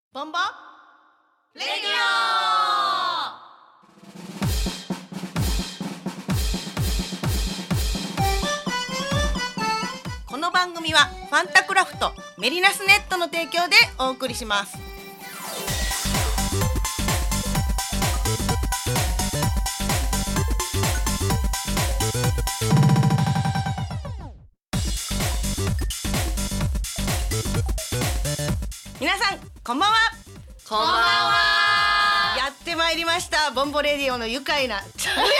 ボンボレディオ。この番組はファンタクラフトメリナスネットの提供でお送りします。皆さんこんばんは。 こんばんは。 やってまいりましたボンボレディオの愉快な間違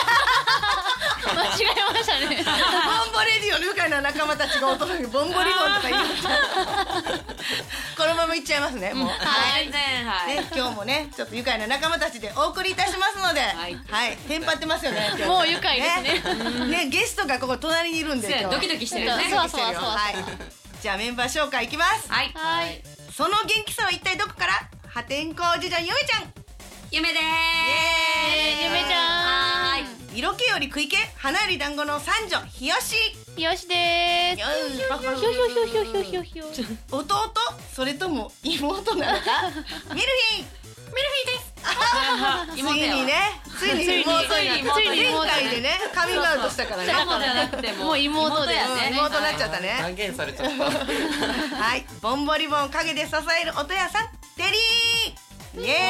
えましたね。 ボンボレディオの愉快な仲間たちが踊るボンボリボンとか言うこのままいっちゃいますねもう、 はい、はいね、今日もねちょっと愉快な仲間たちでお送りいたしますので、はい、テンパってますよね。今日もう愉快ですね。 ね、ゲストがここ隣にいるんで今日ドキドキしてるね。 そうそうそう。はい。じゃあメンバー紹介いきます。 はい。はい。 その元気さは一体どこから？破天荒次女ゆめちゃん。 ゆめでーす。 ゆめちゃん。 色気より食い気、花より団子の三女ひよし。 ひよしでーす。ひょひょひょひょひょひょひょひょ。 弟それとも妹なのか？ミルヒー。 ミルフィーです。 ついにね、ついに妹に前回でねカミングアウトしたからね。 もう妹だよね。 妹になっちゃったね。 断言されちゃった。 はい、ボンボリボン陰で支える音屋さんテリー。イエ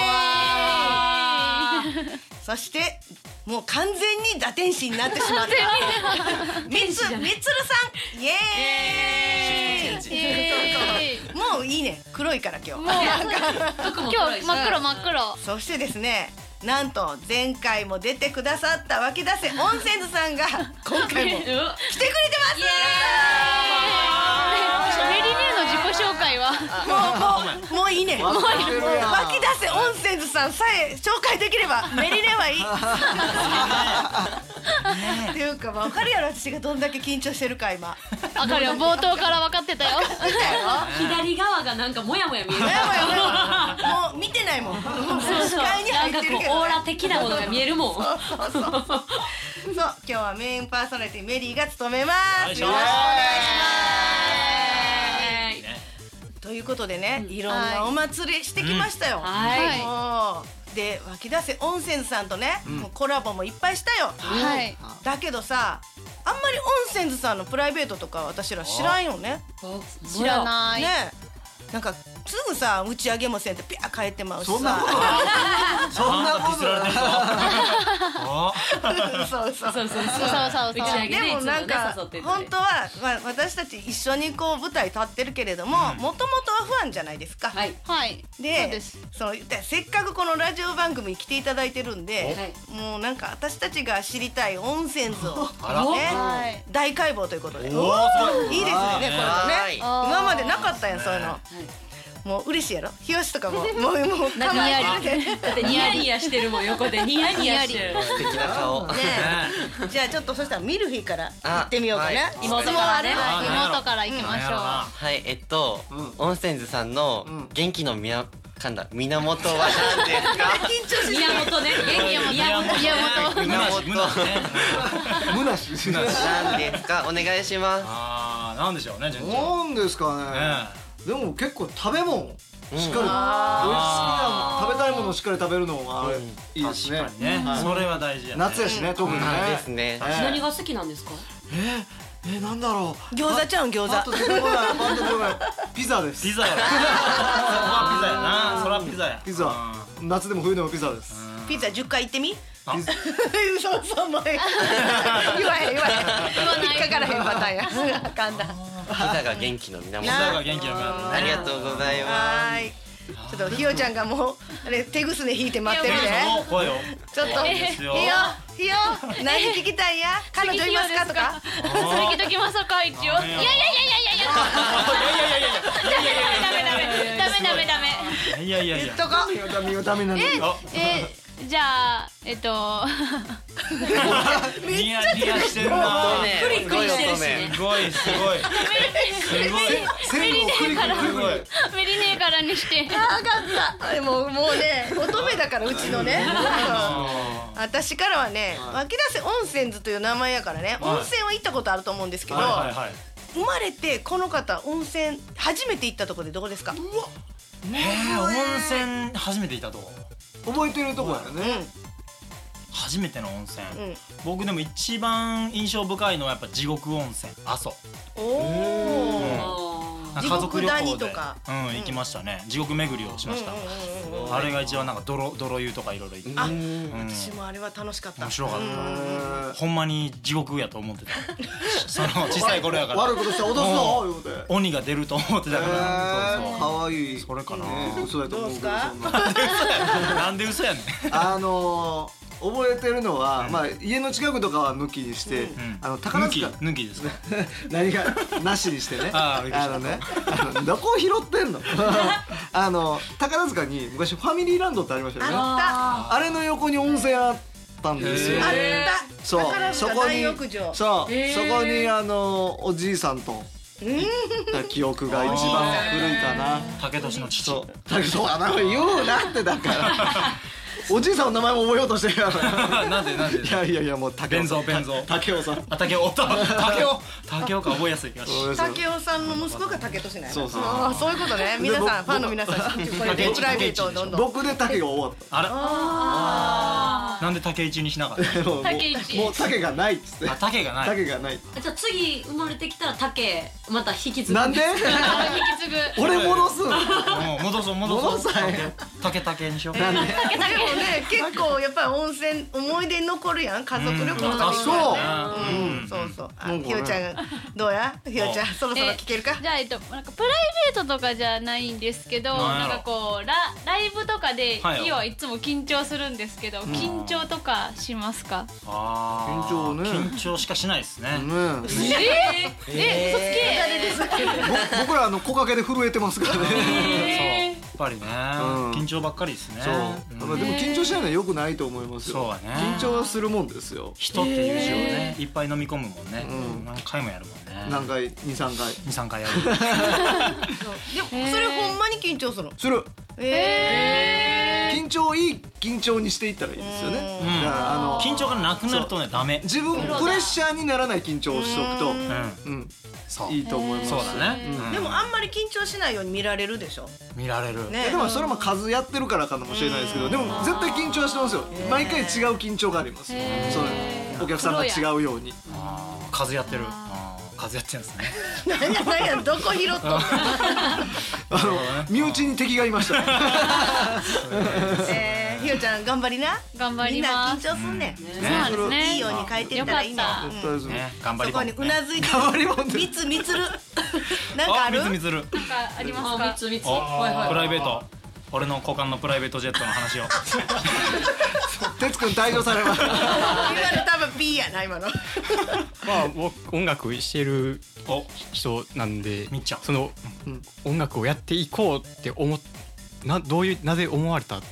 ーイ。そしてもう完全に打天使になってしまったみつるさん。イエーイ。もういいね、黒いから今日。 今日真っ黒真っ黒。 そしてですね、なんと前回も出てくださった湧き出せ温泉図さんが今回も来てくれてます。 メリネの自己紹介はもういいね。湧き出せ温泉図さんさえ紹介できればメリネはいい。っていうか分かるやろ、私がどんだけ緊張してるか今。 分かるよ、冒頭から分かってたよ。 左側がなんかモヤモヤ見える。 もう見てないもん。視界に入ってるけど。 オーラ的なものが見えるもん。 そう今日はメインパーソナリティメリーが務めます。よろしくお願いします。ということでね、いろんなお祭りしてきましたよ。で湧き出せ温泉さんとね、コラボもいっぱいしたよ。だけどさ、あんまり温泉さんのプライベートとか私ら知らんよね。 知らないね。なんかすぐさ打ち上げもせんってピャー帰ってまうしさ。 そんなことない。 でもなんか本当は私たち一緒にこう舞台立ってるけれども、もともとはファンじゃないですか。で、せっかくこのラジオ番組に来ていただいてるんで、もうなんか私たちが知りたい温泉図をね大解剖ということで、いいですよねこれもね。今までなかったやんそういうの。もう嬉しいやろ、日吉とかももう構えてるで。 だってニヤニヤしてるもん、横でニヤニヤしてる。 素敵な顔。 じゃあちょっとそしたらミルフィーから行ってみようかな。 妹からね。妹から行きましょう。 はい、温泉図さんの元気の源は何ですか？ 緊張して源ね。 何ですか？お願いします。 なんでしょうね。 なんですかね。でも結構食べ物しっかり、好きな食べたいものをしっかり食べるのがいいですね。 それは大事やね。 夏やしね、特にね。 ですね。 何が好きなんですか？ なんだろう。 餃子ちゃうん、餃子。 ピザです。 ピザや。そらピザや。 ピザ。夏でも冬でもピザです。 ピザ10回行ってみ。そうもう言わへん引っかからへんパターンや。あかんだ。 ピザが元気の源。 ありがとうございます。 ちょっとひよちゃんがもう手ぐすね引いて待ってるね。ちょっとひよ何聞きたいや、彼女いますかとか。 それ聞いときますか一応。いや言っとこう。 ダメなんだ。 じゃあニヤニヤしてるな。 クリクリしてるしね。 すごいメリネからにして。 分かった。もうね乙女だからうちのね。私からはね、湧き出せ温泉図という名前やからね、温泉は行ったことあると思うんですけど、生まれてこの方温泉初めて行ったところでどこですか？ 温泉初めて行ったとこ覚えてるとこやね。 初めての温泉、僕でも一番印象深いのはやっぱ地獄温泉阿蘇。家族旅行で行きましたね。地獄巡りをしました。あれが一番なんか泥湯とかいろいろ行って、 私もあれは楽しかった。 面白かった。ほんまに地獄やと思ってた。その小さい頃やから悪いことしたら脅すぞ言うて鬼が出ると思ってたから。 可愛い。 それかな。 嘘やと思うけど。 なんで嘘やねん。 覚えてるのは、まあ家の近くとかは抜きにして、宝塚抜きですか。 何がなしにしてね。どこを拾ってんの。宝塚に昔ファミリーランドってありましたよね。あれの横に温泉あったんですよ。そう、そこにおじいさんと行った記憶が一番古いかな。 竹年の父。 そうだな、言うなってだから。おじいさんの名前も覚えようとしてるから。 なんでいやもう竹雄さん。竹雄さん。 竹雄か覚えやすい。 竹雄さんの息子が竹俊ね。そういうことね。皆さんファンの皆さん、これでプライベートをどんどん。 僕で竹が終わった。 なんで竹一にしなかった。 もう竹がないっつって。 竹がない。 じゃあ次生まれてきたら竹また引き継ぐ。 なんで？引き継ぐ。俺戻す。 戻そう。竹にしよう。 結構やっぱり温泉思い出に残るやん。家族旅行とか。そう。ひよちゃんどうや？ひよちゃんそろそろ聞けるか？ じゃあなんかプライベートとかじゃないんですけど、なんかこうライブとかでひよはいつも緊張するんですけど、緊張とかしますか？ 緊張しかしないですね。 嘘つけ。 僕ら木陰で震えてますからね。やっぱりね、緊張ばっかりですね。でも緊張しないのは良くないと思いますよ。 そうはね。 緊張するもんですよ。 人っていう字をね、いっぱい飲み込むもんね。何回もやるもんね。 何回？2、3回やる。 でもそれほんまに緊張する。 する。緊張にしていったらいいですよね。 緊張がなくなるとねダメ。 自分プレッシャーにならない緊張をしておくといいと思います。 そうだね。 でもあんまり緊張しないように見られるでしょ。 見られる。 でもそれも数やってるからかもしれないですけど、でも絶対緊張はしてますよ。毎回違う緊張があります。お客さんが違うように。 数やってる。数やってるんですね。 何やどこ拾っとんの。 身内に敵がいました。 ひよちゃん頑張りな。 頑張ります。 みんな緊張すんねん。 そうなんですね。 いいように変えてったらいいね。 頑張りもん。 そこにうなずいて。みつる。なんかある？ みつる。 なんかありますか？ みつ。プライベート。俺の股間のプライベートジェットの話を。 哲くん退場されました。 今の多分 B やな今の。 まあ音楽してる人なんで、その音楽をやっていこうってなぜ思われた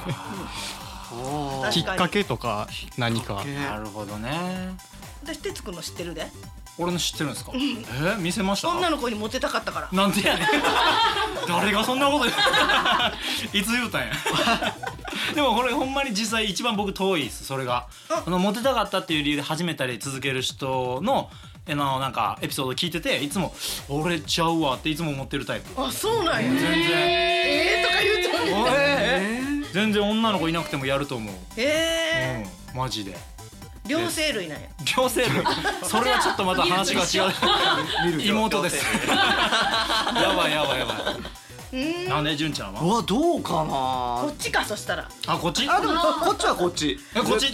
きっかけとか何か。 なるほどね。 私哲くんの知ってるで。 俺の知ってるんですか？見せました？ 女の子にモテたかったから。 なんでやねん。誰がそんなこといつ言うたんや。でもこれほんまに実際一番僕遠いです。それがモテたかったっていう理由で始めたり続ける人のなんかエピソード聞いてて、いつも俺ちゃうわっていつも思ってるタイプ。 あ、そうなんや。 全然とか言うと全然女の子いなくてもやると思う。マジで両生類なんや。 両生類。それはちょっとまた話が違う。妹です。やばい。なんで純ちゃんは？ どうかな。 こっちか、そしたら。 こっち？ でもこっちはこっち。 こっち？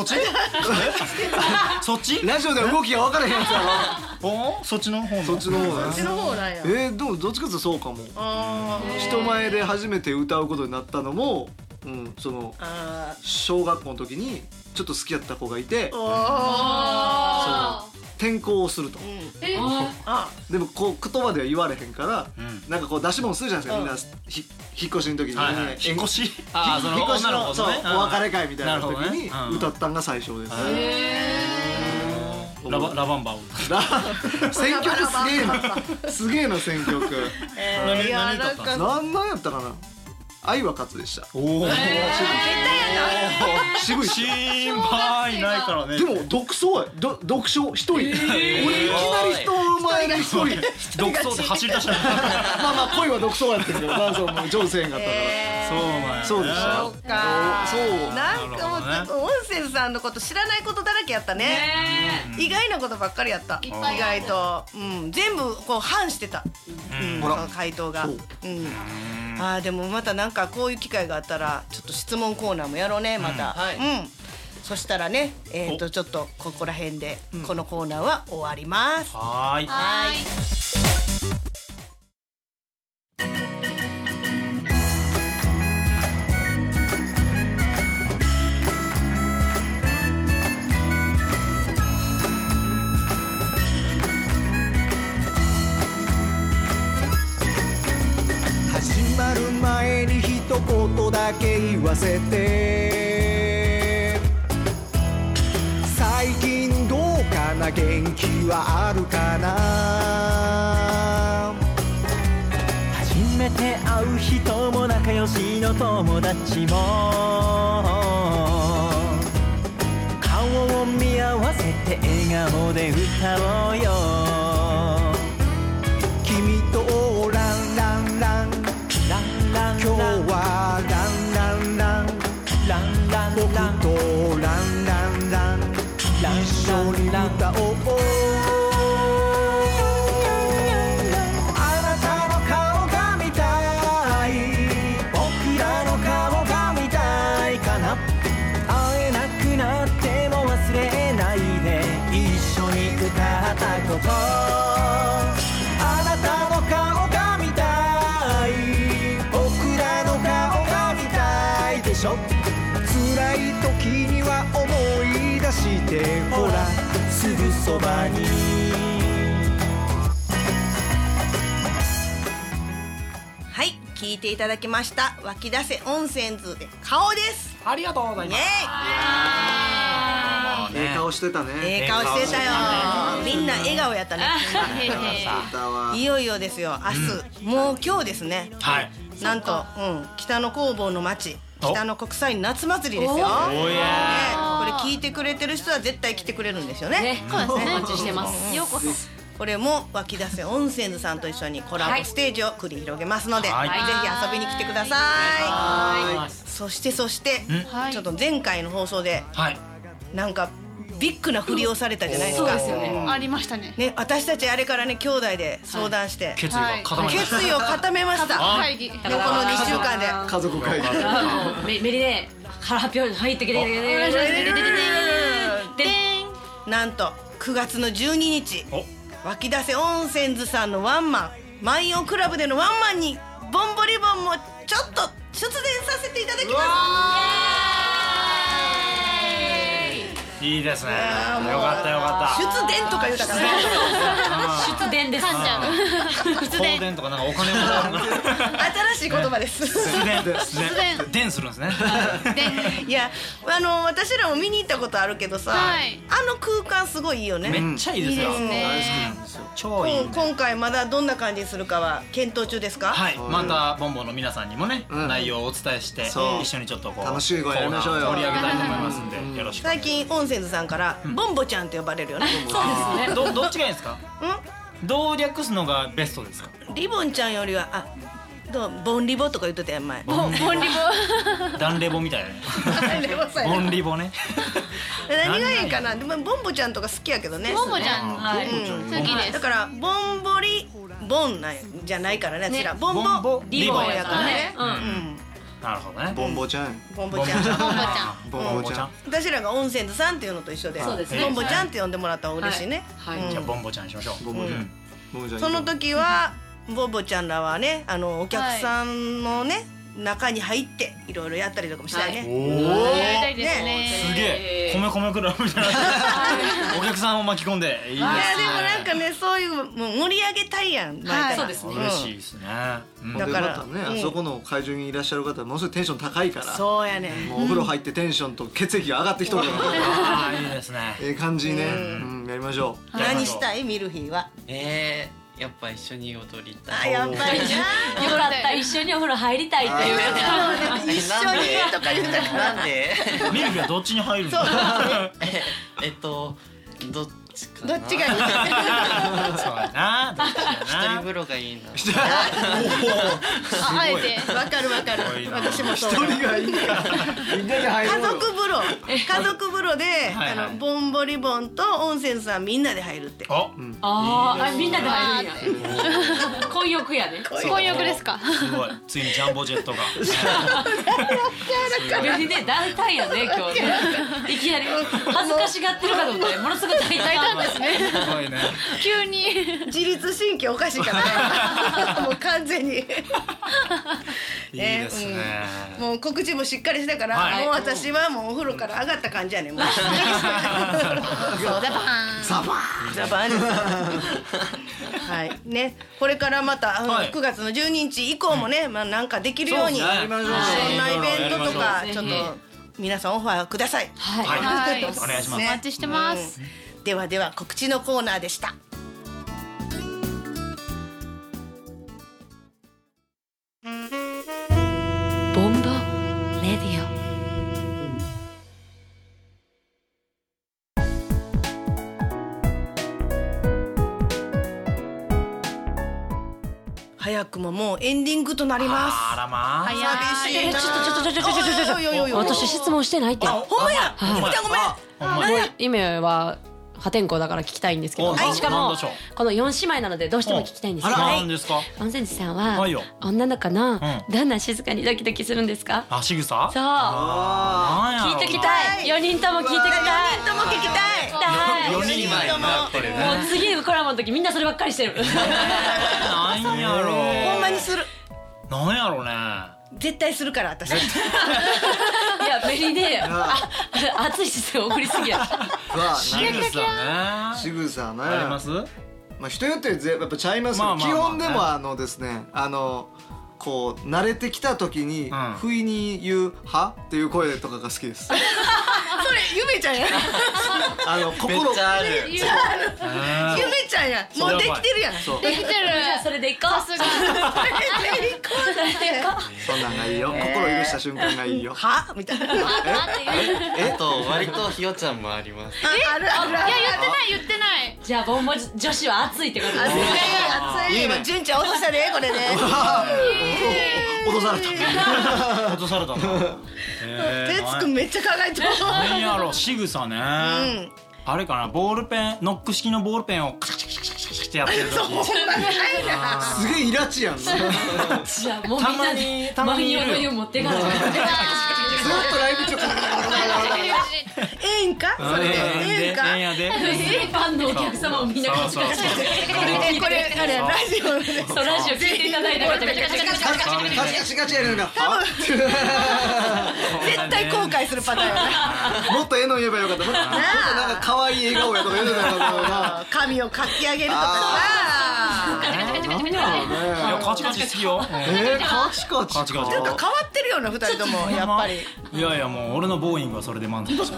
そっち？ ラジオで動きが分からへんやつやろ。そっちの方。 そっちの方なんや。 でもどっちかというとそうかも。人前で初めて歌うことになったのも、その小学校の時にちょっと好きやった子がいて、転校をすると。でもこう言葉では言われへんから、なんかこう出し物するじゃないですか、みんな引っ越しの時に。 引っ越し？ 引っ越しのお別れ会みたいな時に歌ったんが最初です。 ラバンバを選曲すげえな選曲。 何歌ったん？ 何やったかな。 愛は勝つでした。 絶対やった渋い心配ないからね。 でも独走や独唱一人俺いきなり人前で一人独走で走り出したまあ恋は独走やってるけどダンスも上手やんかったからそうでした。 そうかそうなんかもう音声さんのこと知らないことだらけやったね。意外なことばっかりやった。意外と全部こう反してた回答が。でもまたなんかこういう機会があったらちょっと質問コーナーもやろうねまた。そしたらねちょっとここら辺でこのコーナーは終わります。 はい。 始まる前に一言だけ言わせて、最近どうかな、元気はあるかな。初めて会う人も仲良しの友達も顔を見合わせて笑顔で歌おうよ。君とランランラン今日はランランラン僕とランランラン一緒に歌おう。あなたの顔が見たい、僕らの顔が見たいかな。会えなくなっても忘れないで一緒に歌ったこと。あなたの顔が見たい、僕らの顔が見たいでしょ。辛い時には思い出してほらすぐそばに。 はい聞いていただきました湧き出せ温泉図で顔です。 ありがとうございます。 ええ顔してたね。 ええ顔してたよ。みんな笑顔やったね。いよいよですよ明日、もう今日ですね。 はいなんと北の工房の町北の国際夏祭りですよ。これ聞いてくれてる人は絶対来てくれるんですよね。 そうですね。お待ちしてます。 ようこそ。これも湧き出せ温泉図さんと一緒にコラボステージを繰り広げますので、ぜひ遊びに来てください。そしてちょっと前回の放送でなんかビッグな振りをされたじゃないですか。 そうですよね。ありましたね。 私たちあれからね兄弟で相談して決意を固めました。 会議。 この2週間で家族会議。 メリで発表入ってきてなんと9月の12日湧き出せ温泉図さんのワンマン万葉クラブでのワンマンにボンボリボンもちょっと出演させていただきます。 いいですね。よかったよかった。 出電とか言うたからね。 出電です。 放電とかなんかお金もらう。 新しい言葉です。 出電するんですね。 いや私らも見に行ったことあるけどさ、あの空間すごいいいよね。 めっちゃいいですよ。大好きなんですよ。超いい。 今回まだどんな感じにするかは検討中ですか？ はい。またボンボンの皆さんにもね内容をお伝えして一緒にちょっとこう楽しいごやりましょうよ。 盛り上げたいと思いますんでよろしく。 最近温泉図さんからボンボちゃんって呼ばれるよね。 そうですね。 どっちがいいですか？どう略すのがベストですか？ リボンちゃんよりはボンリボとか言ってたやん前。 ボンリボ。 ダンレボみたいなね。ボンリボね。 何がいいかな。でもボンボちゃんとか好きやけどね。 ボンボちゃん好きです。 だからボンボリボンなんじゃないからね。あちらボンボリボンやからね。 なるほどね。 ボンボちゃん。 ボンボちゃん。 ボンボちゃん。 私らが温泉図さんっていうのと一緒で、ボンボちゃんって呼んでもらったら嬉しいね。 じゃあボンボちゃんにしましょう。ボンボちゃん。 その時はボンボちゃんらはねお客さんのね中に入っていろいろやったりとかもしたいね。 やりたいですね。 すげえ米クラブみたいなお客さんを巻き込んでいいですね。 いやでもなんかねそういうもう盛り上げたいやん。 そうですね。 嬉しいですね。 だからねあそこの会場にいらっしゃる方はものすごいテンション高いから。 そうやね。 もうお風呂入ってテンションと血液が上がってきとるから。 いいですね。 ええ感じね。やりましょう。 何したいミルフィーは。 やっぱ一緒に踊りたい。 やっぱりな。 よかった、一緒にお風呂入りたいっていう。 一緒にとか言ったから。 なんで？ ミルクはどっちに入るの？ どっちがいい？ そうやな。 一人風呂がいいな。 あえてわかる。私もそう。 一人がいいか。みんなで入ろう。 家族風呂でボンボリボンと温泉さんみんなで入るって。 みんなで入るんや。混浴やね。 混浴ですか。 すごい。ついにジャンボジェットが。 別にね大体やね今日ね。いきなり恥ずかしがってるかと思ったらものすごく大体なんですね。 すごいね。 急に自律神経おかしいからね。もう完全に。 いいですね。 もう告知もしっかりしたから、もう私はもうお風呂から上がった感じやね。もう。ザバーンです。はいね。これからまた9月の12日以降もね、なんかできるようにそんなイベントとかちょっと皆さんオファーください。 はい。 お願いします。 お待ちしてます。 では告知のコーナーでした。 ボンボレディオ。 早くももうエンディングとなります。 あらまあ。 寂しいな。 ちょっと私質問してないって。 ほんまや。ゆみちゃんごめん。 夢は破天荒だから聞きたいんですけど、しかもこの4姉妹なのでどうしても聞きたいんですよ。 何ですか？ 温泉寺さんは女の子のどんな静かにドキドキするんですか？ 仕草？ そう。聞いてきたい。4人とも聞いてきたい。 4人とも聞きたい。 4人前もやっぱりね。 もう次のコラボの時みんなそればっかりしてる。 なんやろ。 ほんまにする。 なんやろね。 絶対するから私。 いやベリーで熱い質問送りすぎや。 仕草ね。 あります？ 人によってやっぱちゃいますけど、基本でもですね、こう慣れてきた時に不意に言うはっていう声とかが好きです。 それゆめちゃんや。 心めっちゃある。 ゆめちゃんや。もうできてるやん。 できてる。 じゃあそれでいこう。 さすが。 そんなんがいいよ。心許した瞬間がいいよ。 はみたいな。 割とひよちゃんもあります。 ある。いや言ってない。 じゃあボンボ女子は熱いってことですね。 熱い。純ちゃん落としたねこれね。 落とされた。 落とされたな。 哲くんめっちゃ考えてる。 何やろ仕草ね。あれかな、ボールペン、ノック式のボールペンをカシャカシャカシャカシャってやってる時。 すげえイラチやんな。 じゃあもうみんなにマニュアルを持ってからずっとライブ中ええんかそれでええんか。 ええやで。 ファンのお客様をみんなカチカチこれあれラジオでラジオ聞いていただいてカチカチカチカチカチカチカチやるのが絶対後悔するパターンやな。 もっと絵の言えばよかった。もっとなんか可愛い笑顔やとか言うてたから髪をかき上げるとかさ。 カチカチ好きよ。 カチカチ。 なんか変わってるような2人ともやっぱり。 いやいやもう俺のボーイングはそれで満足します。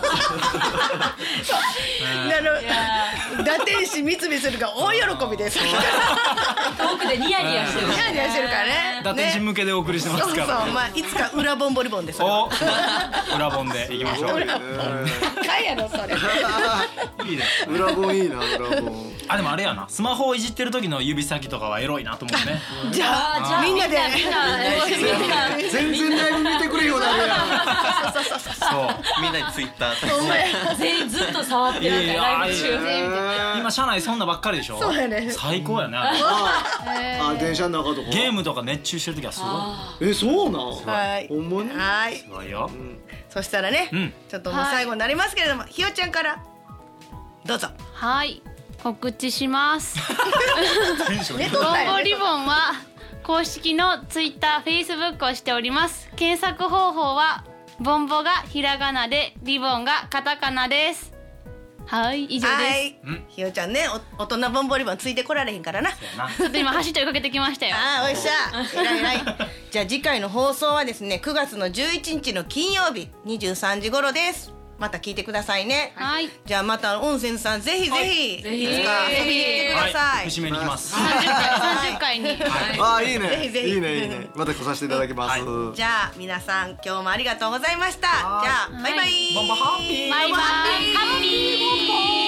打天使三菱するが大喜びです。 遠くでニヤニヤしてる。 ニヤニヤしてるからね。 打天使向けでお送りしてますから。 そういつか裏ボンボリボンです。 裏ボンでいきましょう。 かいやろそれ。 いいね。 裏ボンいいな裏ボン。 でもあれやな、スマホをいじってる時の指先とかはエロいなと思うね。 じゃあみんなで全然ライブ見てくれよな。 そうみんなにツイッター全員ずっと触ってるんだよライブ中。 今車内そんなばっかりでしょ。 そうやね。 最高やね。 電車の中とかゲームとか熱中してる時はすごい。そうなん。 はい。 ほんまに。 はい。 すごいよ。 そしたらね、ちょっともう最後になりますけれども、ひよちゃんからどうぞ。 はい。告知します。ボンボリボンは公式のツイッター、フェイスブックをしております。検索方法はボンボがひらがなでリボンがカタカナです。はい、以上です。 ひよちゃんね、大人ボンボリボンついてこられへんからな。 ちょっと今走って追いかけてきましたよ。 おいしゃ。偉い。じゃあ次回の放送はですね、9月の11日の金曜日23時頃です。 また聞いてくださいね。 はい。 じゃあまた温泉さんぜひぜひいつか遊びに来てください。 節目に行きます。 30回に。 あ、いいね。いいねいいね。また来させていただきます。 じゃあ皆さん今日もありがとうございました。じゃあバイバイ。 ボンボハッピー。 バイバイ。ハッピー。